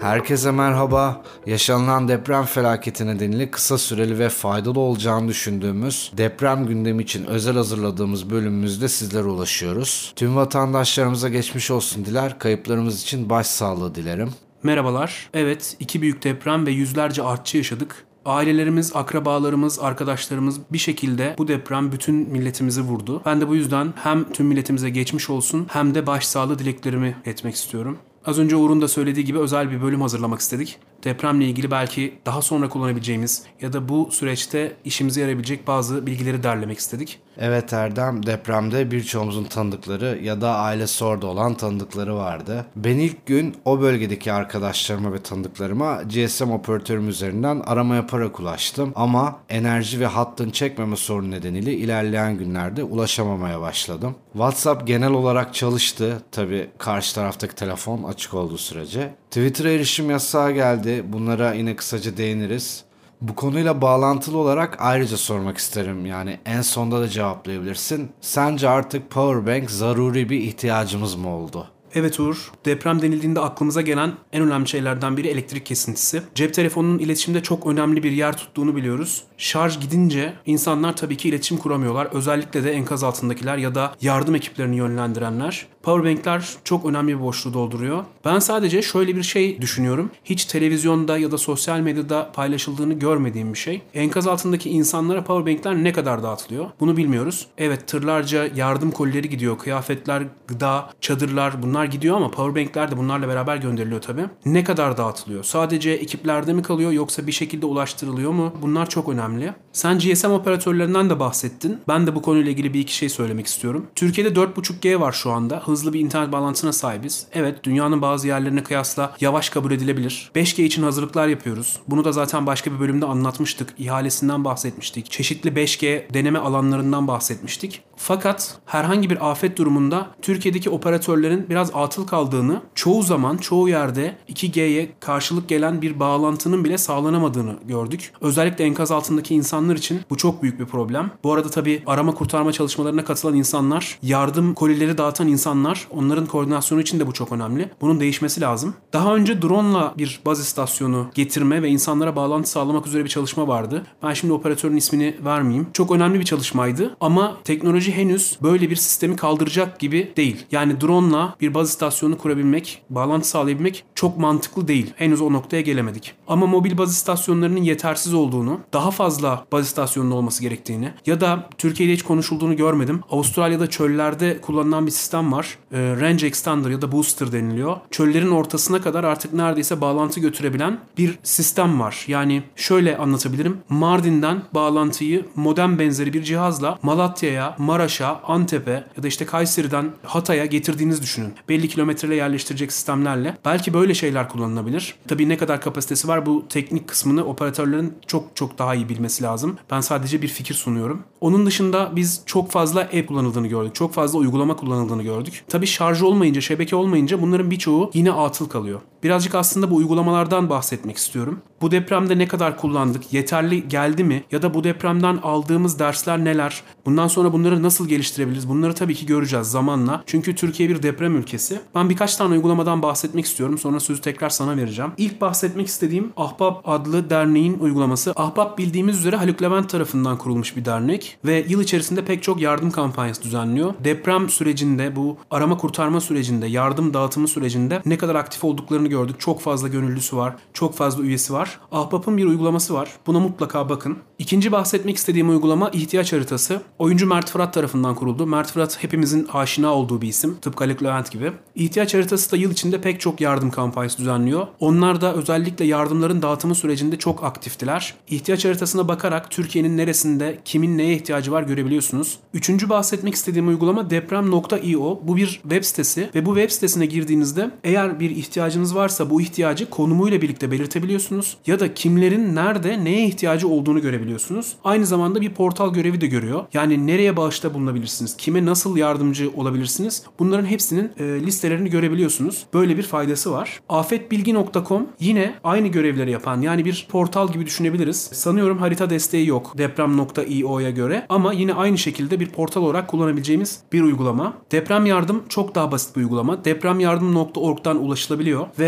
Herkese merhaba. Yaşanılan deprem felaketi nedeniyle kısa süreli ve faydalı olacağını düşündüğümüz deprem gündemi için özel hazırladığımız bölümümüzde sizlere ulaşıyoruz. Tüm vatandaşlarımıza geçmiş olsun diler, kayıplarımız için başsağlığı dilerim. Merhabalar. Evet, 2 büyük deprem ve yüzlerce artçı yaşadık. Ailelerimiz, akrabalarımız, arkadaşlarımız bir şekilde bu deprem bütün milletimizi vurdu. Ben de bu yüzden hem tüm milletimize geçmiş olsun hem de başsağlığı dileklerimi etmek istiyorum. Az önce Uğur'un da söylediği gibi özel bir bölüm hazırlamak istedik. Depremle ilgili belki daha sonra kullanabileceğimiz ya da bu süreçte işimize yarayabilecek bazı bilgileri derlemek istedik. Evet Erdem, depremde birçoğumuzun tanıdıkları ya da ailesi orada olan tanıdıkları vardı. Ben ilk gün o bölgedeki arkadaşlarıma ve tanıdıklarıma GSM operatörüm üzerinden arama yaparak ulaştım. Ama enerji ve hattın çekmeme sorunu nedeniyle ilerleyen günlerde ulaşamamaya başladım. WhatsApp genel olarak çalıştı. Tabii karşı taraftaki telefon açık olduğu sürece. Twitter'a erişim yasağı geldi. Bunlara yine kısaca değiniriz. Bu konuyla bağlantılı olarak ayrıca sormak isterim. Yani en sonda da cevaplayabilirsin. Sence artık powerbank zaruri bir ihtiyacımız mı oldu? Evet Uğur, deprem denildiğinde aklımıza gelen en önemli şeylerden biri elektrik kesintisi. Cep telefonunun iletişimde çok önemli bir yer tuttuğunu biliyoruz. Şarj gidince insanlar tabii ki iletişim kuramıyorlar. Özellikle de enkaz altındakiler ya da yardım ekiplerini yönlendirenler. Powerbankler çok önemli bir boşluğu dolduruyor. Ben sadece şöyle bir şey düşünüyorum. Hiç televizyonda ya da sosyal medyada paylaşıldığını görmediğim bir şey. Enkaz altındaki insanlara powerbankler ne kadar dağıtılıyor? Bunu bilmiyoruz. Evet, tırlarca yardım kolileri gidiyor. Kıyafetler, gıda, çadırlar bunlar gidiyor ama powerbankler de bunlarla beraber gönderiliyor tabii. Ne kadar dağıtılıyor? Sadece ekiplerde mi kalıyor yoksa bir şekilde ulaştırılıyor mu? Bunlar çok önemli. Sen GSM operatörlerinden de bahsettin. Ben de bu konuyla ilgili bir iki şey söylemek istiyorum. Türkiye'de 4.5G var şu anda. Hızlı bir internet bağlantısına sahibiz. Evet, dünyanın bazı yerlerine kıyasla yavaş kabul edilebilir. 5G için hazırlıklar yapıyoruz. Bunu da zaten başka bir bölümde anlatmıştık. İhalesinden bahsetmiştik. Çeşitli 5G deneme alanlarından bahsetmiştik. Fakat herhangi bir afet durumunda Türkiye'deki operatörlerin biraz atıl kaldığını, çoğu zaman çoğu yerde 2G'ye karşılık gelen bir bağlantının bile sağlanamadığını gördük. Özellikle enkaz altındaki insanlar için bu çok büyük bir problem. Bu arada tabii arama kurtarma çalışmalarına katılan insanlar, yardım kolileri dağıtan insanlar, onların koordinasyonu için de bu çok önemli. Bunun değişmesi lazım. Daha önce drone'la bir baz istasyonu getirme ve insanlara bağlantı sağlamak üzere bir çalışma vardı. Ben şimdi operatörün ismini vermeyeyim. Çok önemli bir çalışmaydı ama teknoloji henüz böyle bir sistemi kaldıracak gibi değil. Yani drone'la bir baz istasyonu kurabilmek, bağlantı sağlayabilmek çok mantıklı değil. Henüz o noktaya gelemedik. Ama mobil baz istasyonlarının yetersiz olduğunu, daha fazla baz istasyonunun olması gerektiğini ya da Türkiye'de hiç konuşulduğunu görmedim. Avustralya'da çöllerde kullanılan bir sistem var. Range Extender ya da Booster deniliyor. Çöllerin ortasına kadar artık neredeyse bağlantı götürebilen bir sistem var. Yani şöyle anlatabilirim. Mardin'den bağlantıyı modem benzeri bir cihazla Malatya'ya, Maraş'a, Antep'e ya da işte Kayseri'den Hatay'a getirdiğinizi düşünün. Belli kilometreyle yerleştirecek sistemlerle. Belki böyle şeyler kullanılabilir. Tabii ne kadar kapasitesi var, bu teknik kısmını operatörlerin çok daha iyi bilmesi lazım. Ben sadece bir fikir sunuyorum. Onun dışında biz çok fazla app kullanıldığını gördük. Çok fazla uygulama kullanıldığını gördük. Tabii şarj olmayınca, şebeke olmayınca bunların birçoğu yine atıl kalıyor. Birazcık aslında bu uygulamalardan bahsetmek istiyorum. Bu depremde ne kadar kullandık? Yeterli geldi mi? Ya da bu depremden aldığımız dersler neler? Bundan sonra bunları nasıl geliştirebiliriz? Bunları tabii ki göreceğiz zamanla. Çünkü Türkiye bir deprem ülkesi. Ben birkaç tane uygulamadan bahsetmek istiyorum. Sonra sözü tekrar sana vereceğim. İlk bahsetmek istediğim Ahbap adlı derneğin uygulaması. Ahbap bildiğimiz üzere Haluk Levent tarafından kurulmuş bir dernek ve yıl içerisinde pek çok yardım kampanyası düzenliyor. Deprem sürecinde, bu arama kurtarma sürecinde, yardım dağıtımı sürecinde ne kadar aktif olduklarını gördük. Çok fazla gönüllüsü var. Çok fazla üyesi var. Ahbap'ın bir uygulaması var. Buna mutlaka bakın. İkinci bahsetmek istediğim uygulama ihtiyaç haritası. Oyuncu Mert Fırat tarafından kuruldu. Mert Fırat hepimizin aşina olduğu bir isim. Tıpkı Haluk Levent gibi. İhtiyaç haritası da yıl içinde pek çok yardım kampanyası düzenliyor. Onlar da özellikle yardımların dağıtımı sürecinde çok aktiftiler. İhtiyaç haritasına bakarak Türkiye'nin neresinde kimin neye ihtiyacı var görebiliyorsunuz. Üçüncü bahsetmek istediğim uygulama deprem.io. Bu bir web sitesi ve bu web sitesine girdiğinizde eğer bir ihtiyacınız varsa bu ihtiyacı konumuyla birlikte belirtebiliyorsunuz ya da kimlerin nerede neye ihtiyacı olduğunu görebiliyorsunuz. Aynı zamanda bir portal görevi de görüyor. Yani nereye bağışta bulunabilirsiniz, kime nasıl yardımcı olabilirsiniz, bunların hepsinin listelerini görebiliyorsunuz. Böyle bir faydası var. Afetbilgi.com yine aynı görevleri yapan, yani bir portal gibi düşünebiliriz. Sanıyorum harita desteği yok deprem.io'ya göre ama yine aynı şekilde bir portal olarak kullanabileceğimiz bir uygulama. Deprem yardım çok daha basit bir uygulama. Depremyardım.org'dan ulaşılabiliyor ve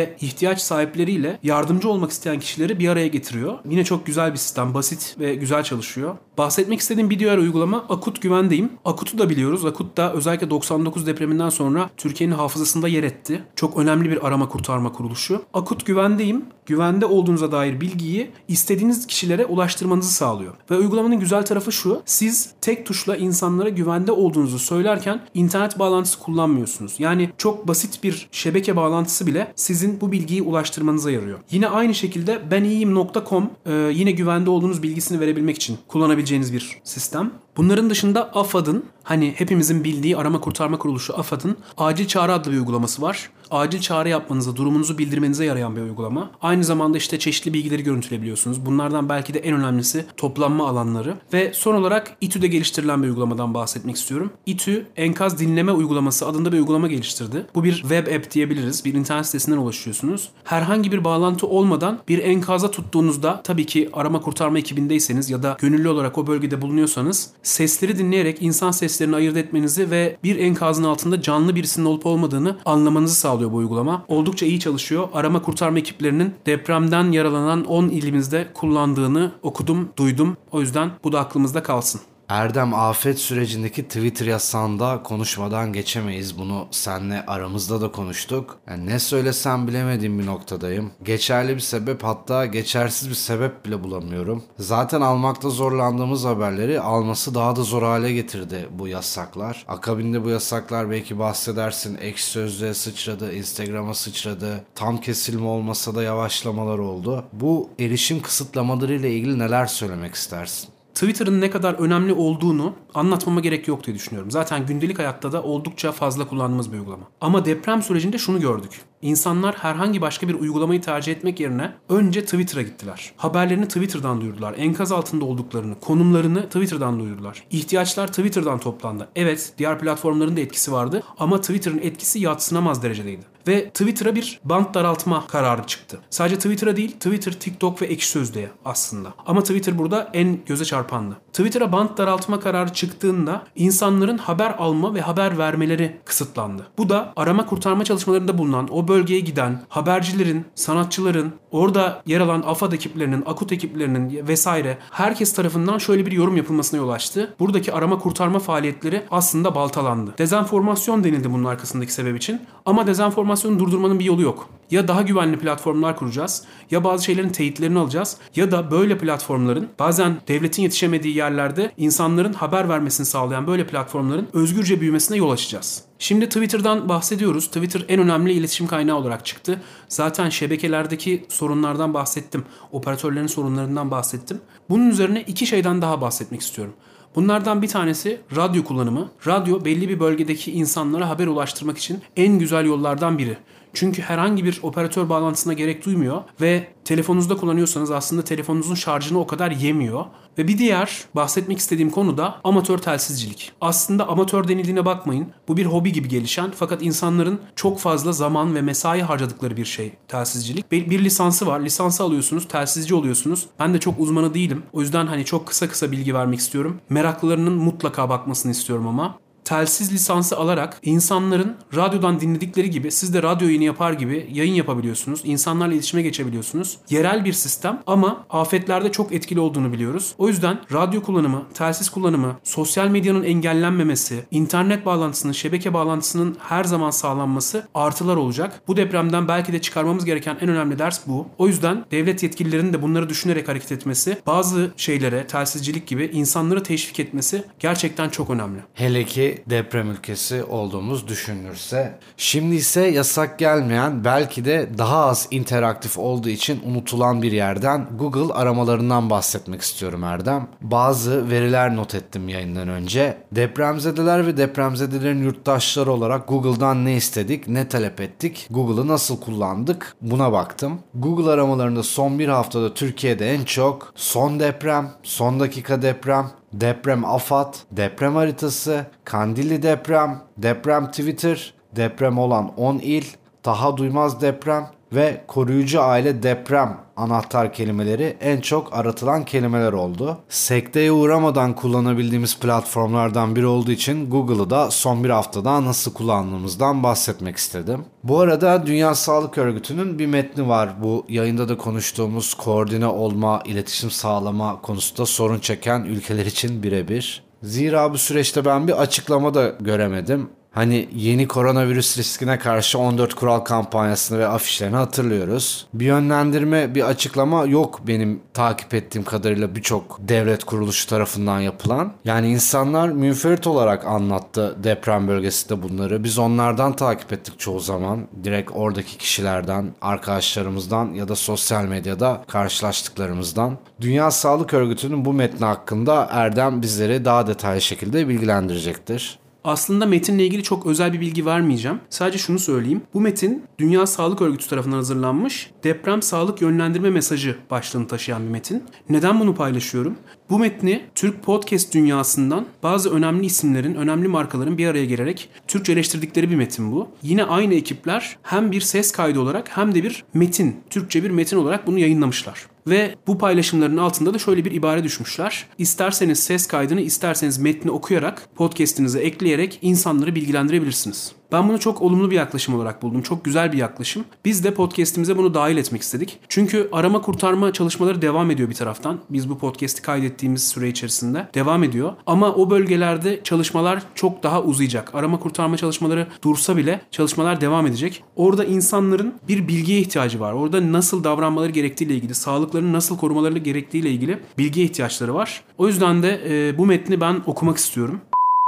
ve ihtiyaç sahipleriyle yardımcı olmak isteyen kişileri bir araya getiriyor. Yine çok güzel bir sistem, basit ve güzel çalışıyor. Bahsetmek istediğim bir diğer uygulama Akut Güven'deyim. Akut'u da biliyoruz. Akut da özellikle 99 depreminden sonra Türkiye'nin hafızasında yer etti. Çok önemli bir arama kurtarma kuruluşu. Akut Güven'deyim. Güvende olduğunuza dair bilgiyi istediğiniz kişilere ulaştırmanızı sağlıyor. Ve uygulamanın güzel tarafı şu: siz tek tuşla insanlara güvende olduğunuzu söylerken internet bağlantısı kullanmıyorsunuz. Yani çok basit bir şebeke bağlantısı bile sizin bu bilgiyi ulaştırmanıza yarıyor. Yine aynı şekilde beniyim.com yine güvende olduğunuz bilgisini verebilmek için kullanabileceğiniz bir sistem. Bunların dışında AFAD'ın, hani hepimizin bildiği arama kurtarma kuruluşu AFAD'ın Acil Çağrı adlı bir uygulaması var. Acil çağrı yapmanıza, durumunuzu bildirmenize yarayan bir uygulama. Aynı zamanda işte çeşitli bilgileri görüntüleyebiliyorsunuz. Bunlardan belki de en önemlisi toplanma alanları. Ve son olarak İTÜ'de geliştirilen bir uygulamadan bahsetmek istiyorum. İTÜ, enkaz dinleme uygulaması adında bir uygulama geliştirdi. Bu bir web app diyebiliriz. Bir internet sitesinden ulaşıyorsunuz. Herhangi bir bağlantı olmadan bir enkaza tuttuğunuzda, tabii ki arama kurtarma ekibindeyseniz ya da gönüllü olarak o bölgede bulunuyorsanız, sesleri dinleyerek insan seslerini ayırt etmenizi ve bir enkazın altında canlı birisinin olup olmadığını anlamanızı sağlıyor bu uygulama. Oldukça iyi çalışıyor. Arama kurtarma ekiplerinin depremden yaralanan 10 ilimizde kullandığını okudum, duydum. O yüzden bu da aklımızda kalsın. Erdem, afet sürecindeki Twitter yasağında konuşmadan geçemeyiz. Bunu seninle aramızda da konuştuk. Yani ne söylesem bilemediğim bir noktadayım. Geçerli bir sebep, hatta geçersiz bir sebep bile bulamıyorum. Zaten almakta zorlandığımız haberleri alması daha da zor hale getirdi bu yasaklar. Akabinde bu yasaklar, belki bahsedersin, Ekşi Sözlüğe sıçradı, Instagram'a sıçradı. Tam kesilme olmasa da yavaşlamalar oldu. Bu erişim kısıtlamaları ile ilgili neler söylemek istersin? Twitter'ın ne kadar önemli olduğunu anlatmama gerek yok diye düşünüyorum. Zaten gündelik hayatta da oldukça fazla kullandığımız bir uygulama. Ama deprem sürecinde şunu gördük. İnsanlar herhangi başka bir uygulamayı tercih etmek yerine önce Twitter'a gittiler. Haberlerini Twitter'dan duyurdular. Enkaz altında olduklarını, konumlarını Twitter'dan duyurdular. İhtiyaçlar Twitter'dan toplandı. Evet, diğer platformların da etkisi vardı ama Twitter'ın etkisi yadsınamaz derecedeydi. Ve Twitter'a bir bant daraltma kararı çıktı. Sadece Twitter'a değil, Twitter, TikTok ve Ekşi Sözlüğe aslında. Ama Twitter burada en göze çarpandı. Twitter'a bant daraltma kararı çıktığında insanların haber alma ve haber vermeleri kısıtlandı. Bu da arama kurtarma çalışmalarında bulunan, o bölgeye giden habercilerin, sanatçıların, orada yer alan AFAD ekiplerinin, akut ekiplerinin vesaire herkes tarafından şöyle bir yorum yapılmasına yol açtı. Buradaki arama kurtarma faaliyetleri aslında baltalandı. Dezenformasyon denildi bunun arkasındaki sebep için. Ama dezenformasyonu durdurmanın bir yolu yok. Ya daha güvenli platformlar kuracağız, ya bazı şeylerin teyitlerini alacağız, ya da böyle platformların, bazen devletin yetişemediği yerlerde insanların haber vermesini sağlayan böyle platformların özgürce büyümesine yol açacağız. Şimdi Twitter'dan bahsediyoruz. Twitter en önemli iletişim kaynağı olarak çıktı. Zaten şebekelerdeki sorunlardan bahsettim. Operatörlerin sorunlarından bahsettim. Bunun üzerine iki şeyden daha bahsetmek istiyorum. Bunlardan bir tanesi radyo kullanımı. Radyo belli bir bölgedeki insanlara haber ulaştırmak için en güzel yollardan biri. Çünkü herhangi bir operatör bağlantısına gerek duymuyor ve telefonunuzda kullanıyorsanız aslında telefonunuzun şarjını o kadar yemiyor. Ve bir diğer bahsetmek istediğim konu da amatör telsizcilik. Aslında amatör denildiğine bakmayın. Bu bir hobi gibi gelişen fakat insanların çok fazla zaman ve mesai harcadıkları bir şey telsizcilik. Bir lisansı var. Lisansı alıyorsunuz, telsizci oluyorsunuz. Ben de çok uzmanı değilim. O yüzden hani çok kısa bilgi vermek istiyorum. Meraklılarının mutlaka bakmasını istiyorum ama. Telsiz lisansı alarak insanların radyodan dinledikleri gibi siz de radyo yayını yapar gibi yayın yapabiliyorsunuz. İnsanlarla iletişime geçebiliyorsunuz. Yerel bir sistem ama afetlerde çok etkili olduğunu biliyoruz. O yüzden radyo kullanımı, telsiz kullanımı, sosyal medyanın engellenmemesi, internet bağlantısının, şebeke bağlantısının her zaman sağlanması artılar olacak. Bu depremden belki de çıkarmamız gereken en önemli ders bu. O yüzden devlet yetkililerinin de bunları düşünerek hareket etmesi, bazı şeylere, telsizcilik gibi insanları teşvik etmesi gerçekten çok önemli. Hele ki deprem ülkesi olduğumuz düşünülürse. Şimdi ise yasak gelmeyen, belki de daha az interaktif olduğu için unutulan bir yerden, Google aramalarından bahsetmek istiyorum Erdem. Bazı veriler not ettim yayından önce. Depremzedeler ve depremzedelerin yurttaşları olarak Google'dan ne istedik, ne talep ettik, Google'ı nasıl kullandık, buna baktım. Google aramalarında son bir haftada Türkiye'de en çok son deprem, son dakika deprem, deprem AFAD, deprem haritası, Kandilli deprem, deprem Twitter, deprem olan 10 il, Taha Duymaz deprem ve koruyucu aile deprem anahtar kelimeleri en çok aratılan kelimeler oldu. Sekteye uğramadan kullanabildiğimiz platformlardan biri olduğu için Google'ı da son bir haftada nasıl kullandığımızdan bahsetmek istedim. Bu arada Dünya Sağlık Örgütü'nün bir metni var. Bu yayında da konuştuğumuz koordine olma, iletişim sağlama konusunda sorun çeken ülkeler için birebir. Zira bu süreçte ben bir açıklama da göremedim. Hani yeni koronavirüs riskine karşı 14 kural kampanyasını ve afişlerini hatırlıyoruz. Bir yönlendirme, bir açıklama yok benim takip ettiğim kadarıyla birçok devlet kuruluşu tarafından yapılan. Yani insanlar münferit olarak anlattı deprem bölgesinde bunları. Biz onlardan takip ettik çoğu zaman. Direkt oradaki kişilerden, arkadaşlarımızdan ya da sosyal medyada karşılaştıklarımızdan. Dünya Sağlık Örgütü'nün bu metni hakkında Erdem bizleri daha detaylı şekilde bilgilendirecektir. Aslında metinle ilgili çok özel bir bilgi vermeyeceğim. Sadece şunu söyleyeyim. Bu metin Dünya Sağlık Örgütü tarafından hazırlanmış deprem sağlık yönlendirme mesajı başlığını taşıyan bir metin. Neden bunu paylaşıyorum? Bu metni Türk podcast dünyasından bazı önemli isimlerin, önemli markaların bir araya gelerek Türkçeleştirdikleri bir metin bu. Yine aynı ekipler hem bir ses kaydı olarak hem de bir metin, Türkçe bir metin olarak bunu yayınlamışlar. Ve bu paylaşımların altında da şöyle bir ibare düşmüşler. İsterseniz ses kaydını, isterseniz metni okuyarak, podcast'inize ekleyerek insanları bilgilendirebilirsiniz. Ben bunu çok olumlu bir yaklaşım olarak buldum. Çok güzel bir yaklaşım. Biz de podcast'imize bunu dahil etmek istedik. Çünkü arama kurtarma çalışmaları devam ediyor bir taraftan. Biz bu podcast'i kaydettiğimiz süre içerisinde devam ediyor. Ama o bölgelerde çalışmalar çok daha uzayacak. Arama kurtarma çalışmaları dursa bile çalışmalar devam edecek. Orada insanların bir bilgiye ihtiyacı var. Orada nasıl davranmaları gerektiğiyle ilgili, sağlıklarını nasıl korumaları gerektiğiyle ilgili bilgiye ihtiyaçları var. O yüzden de bu metni ben okumak istiyorum.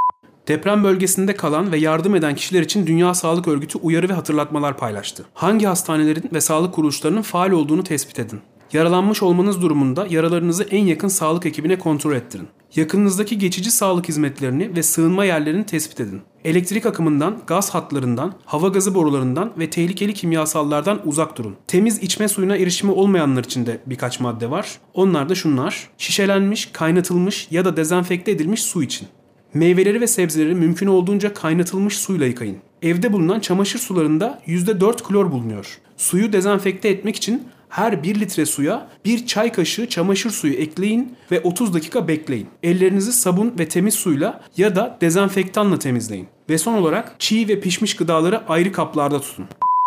Deprem bölgesinde kalan ve yardım eden kişiler için Dünya Sağlık Örgütü uyarı ve hatırlatmalar paylaştı. Hangi hastanelerin ve sağlık kuruluşlarının faal olduğunu tespit edin. Yaralanmış olmanız durumunda yaralarınızı en yakın sağlık ekibine kontrol ettirin. Yakınınızdaki geçici sağlık hizmetlerini ve sığınma yerlerini tespit edin. Elektrik akımından, gaz hatlarından, hava gazı borularından ve tehlikeli kimyasallardan uzak durun. Temiz içme suyuna erişimi olmayanlar için de birkaç madde var. Onlar da şunlar: şişelenmiş, kaynatılmış ya da dezenfekte edilmiş su için. Meyveleri ve sebzeleri mümkün olduğunca kaynatılmış suyla yıkayın. Evde bulunan çamaşır sularında %4 klor bulunuyor. Suyu dezenfekte etmek için her 1 litre suya 1 çay kaşığı çamaşır suyu ekleyin ve 30 dakika bekleyin. Ellerinizi sabun ve temiz suyla ya da dezenfektanla temizleyin. Ve son olarak çiğ ve pişmiş gıdaları ayrı kaplarda tutun.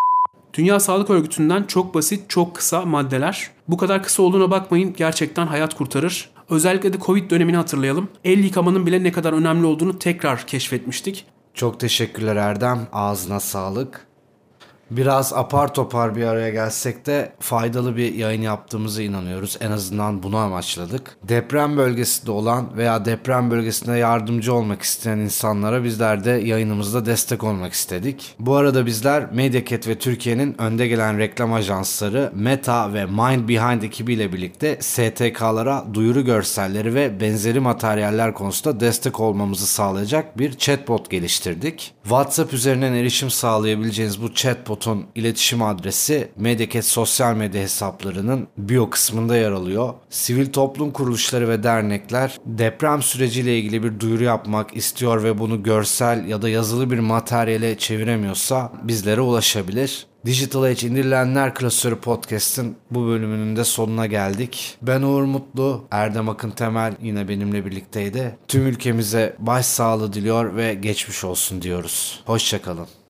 Dünya Sağlık Örgütü'nden çok basit, çok kısa maddeler. Bu kadar kısa olduğuna bakmayın, gerçekten hayat kurtarır. Özellikle de Covid dönemini hatırlayalım. El yıkamanın bile ne kadar önemli olduğunu tekrar keşfetmiştik. Çok teşekkürler Erdem. Ağzına sağlık. Biraz apar topar bir araya gelsek de faydalı bir yayın yaptığımıza inanıyoruz. En azından bunu amaçladık. Deprem bölgesinde olan veya deprem bölgesinde yardımcı olmak isteyen insanlara bizler de yayınımızda destek olmak istedik. Bu arada bizler Mediacat ve Türkiye'nin önde gelen reklam ajansları Meta ve Mind Behind ekibiyle birlikte STK'lara duyuru görselleri ve benzeri materyaller konusunda destek olmamızı sağlayacak bir chatbot geliştirdik. WhatsApp üzerinden erişim sağlayabileceğiniz bu chatbot iletişim adresi Mediacat sosyal medya hesaplarının bio kısmında yer alıyor. Sivil toplum kuruluşları ve dernekler deprem süreciyle ilgili bir duyuru yapmak istiyor ve bunu görsel ya da yazılı bir materyale çeviremiyorsa bizlere ulaşabilir. Digital Age indirilenler klasörü podcast'ın bu bölümünün de sonuna geldik. Ben Uğur Mutlu, Erdem Akın Temel yine benimle birlikteydi. Tüm ülkemize başsağlığı diliyor ve geçmiş olsun diyoruz. Hoşça kalın.